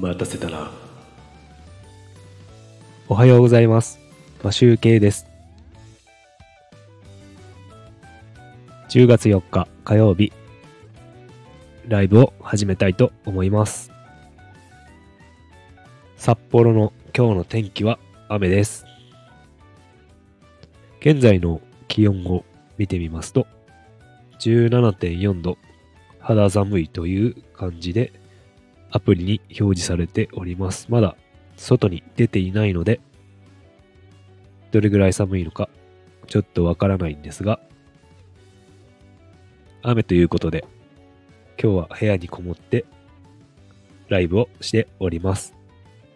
待たせたな。 おはようございます。マシュウケイです。10月4日火曜日、ライブを始めたいと思います。札幌の今日の天気は雨です。現在の気温を見てみますと、17.4 度、肌寒いという感じでアプリに表示されております。まだ外に出ていないので、どれぐらい寒いのかちょっとわからないんですが、雨ということで、今日は部屋にこもってライブをしております。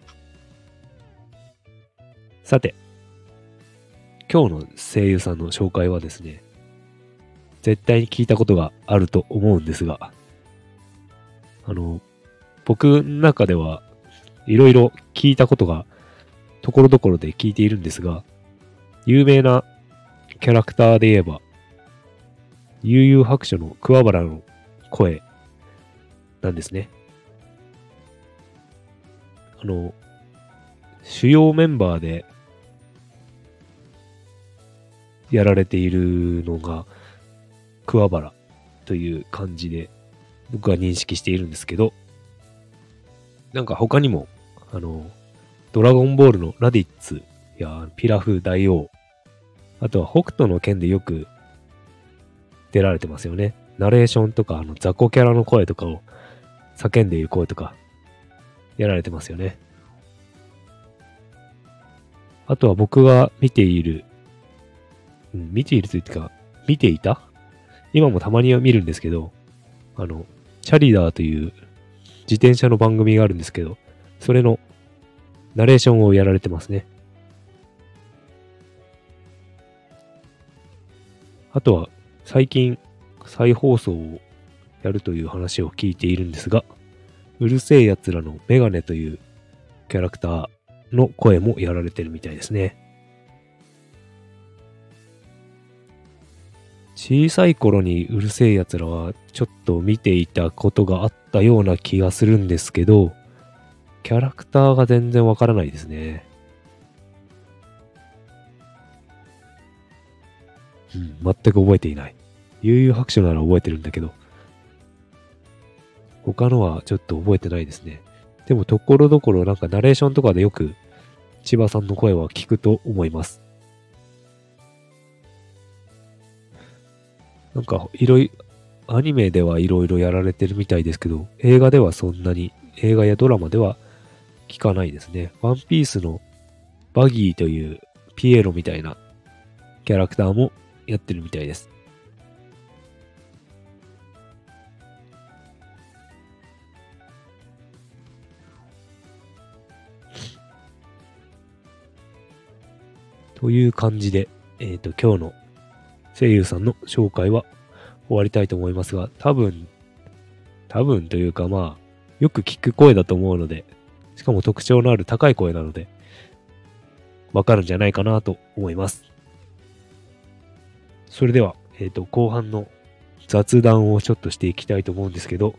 さて、今日の声優さんの紹介はですね、絶対に聞いたことがあると思うんですが、僕の中ではいろいろ聞いたことがところどころで聞いているんですが、有名なキャラクターで言えば、悠々白書の桑原の声なんですね。主要メンバーでやられているのが桑原という感じで僕は認識しているんですけど、なんか他にもドラゴンボールのラディッツやピラフ大王、あとは北斗の拳でよく出られてますよね。ナレーションとか雑魚キャラの声とかを叫んでいる声とかやられてますよね。あとは僕が見ているというか見ていた、今もたまには見るんですけど、チャリダーという自転車の番組があるんですけど、それのナレーションをやられてますね。あとは最近再放送をやるという話を聞いているんですが、うるせえ奴らのメガネというキャラクターの声もやられてるみたいですね。小さい頃にうるせえ奴らはちょっと見ていたことがあったような気がするんですけど、キャラクターが全然わからないですね。全く覚えていない。悠々白書なら覚えてるんだけど、他のはちょっと覚えてないですね。でもところどころなんかナレーションとかでよく千葉さんの声は聞くと思います。なんかアニメではいろいろやられてるみたいですけど、映画ではそんなに、映画やドラマでは聞かないですね。ワンピースのバギーというピエロみたいなキャラクターもやってるみたいです。という感じで、今日の声優さんの紹介は終わりたいと思いますが、多分というかよく聞く声だと思うので、しかも特徴のある高い声なので、わかるんじゃないかなと思います。それでは、後半の雑談をちょっとしていきたいと思うんですけど、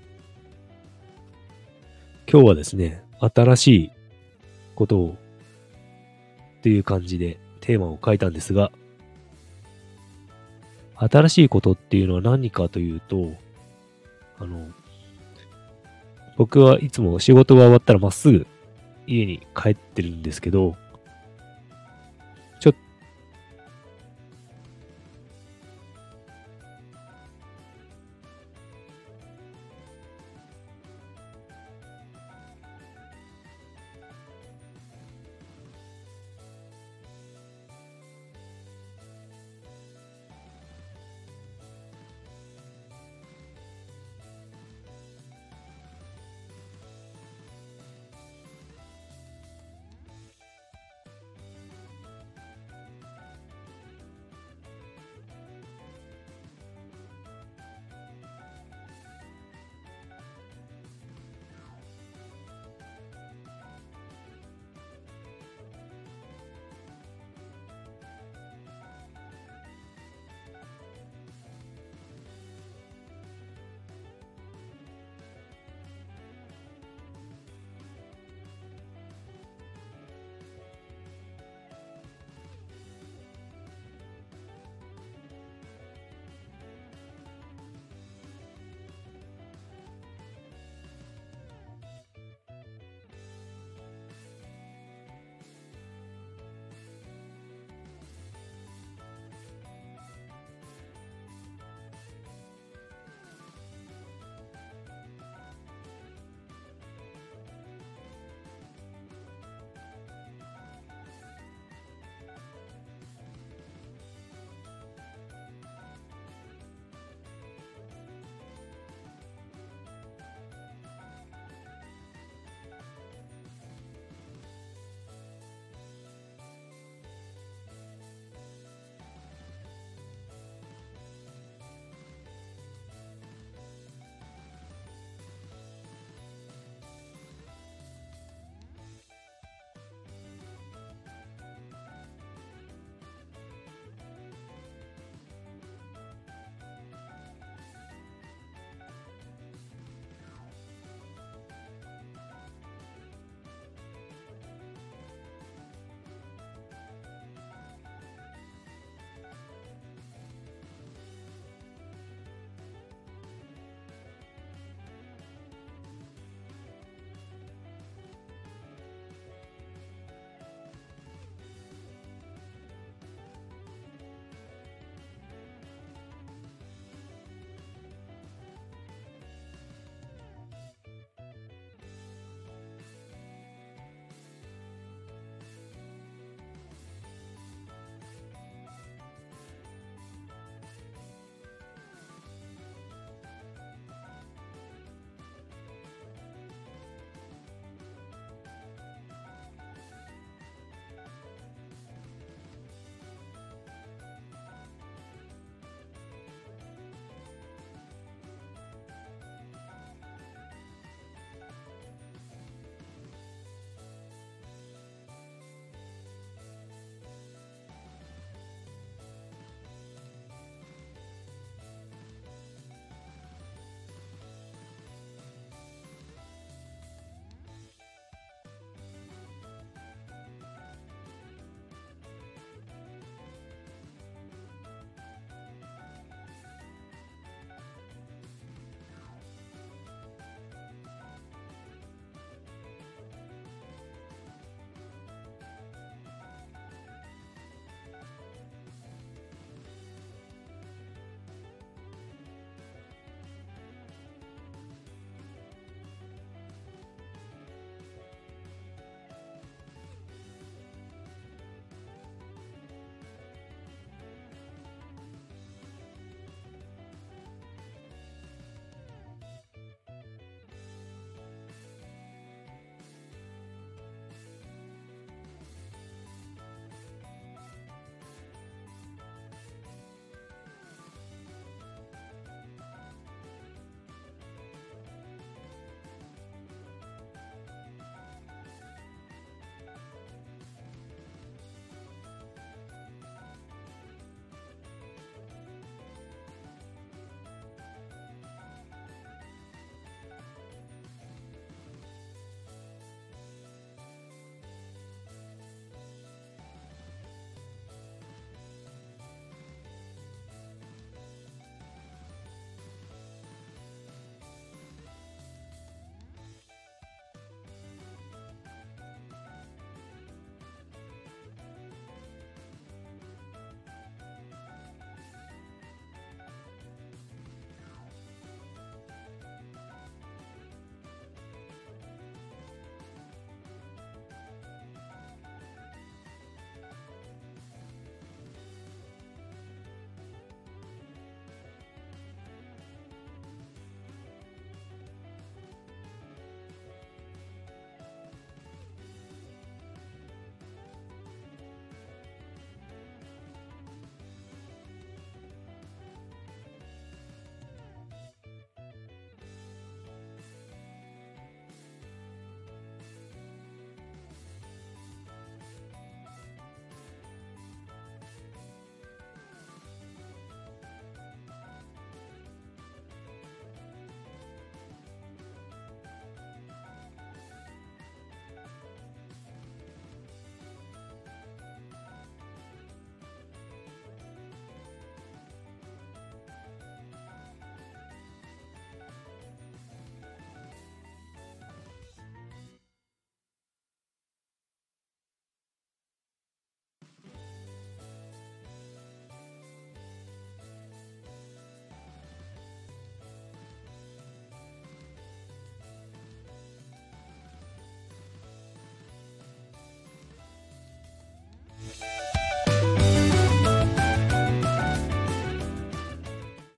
今日はですね、新しいことをっていう感じでテーマを書いたんですが、新しいことっていうのは何かというと、僕はいつも仕事が終わったらまっすぐ家に帰ってるんですけど、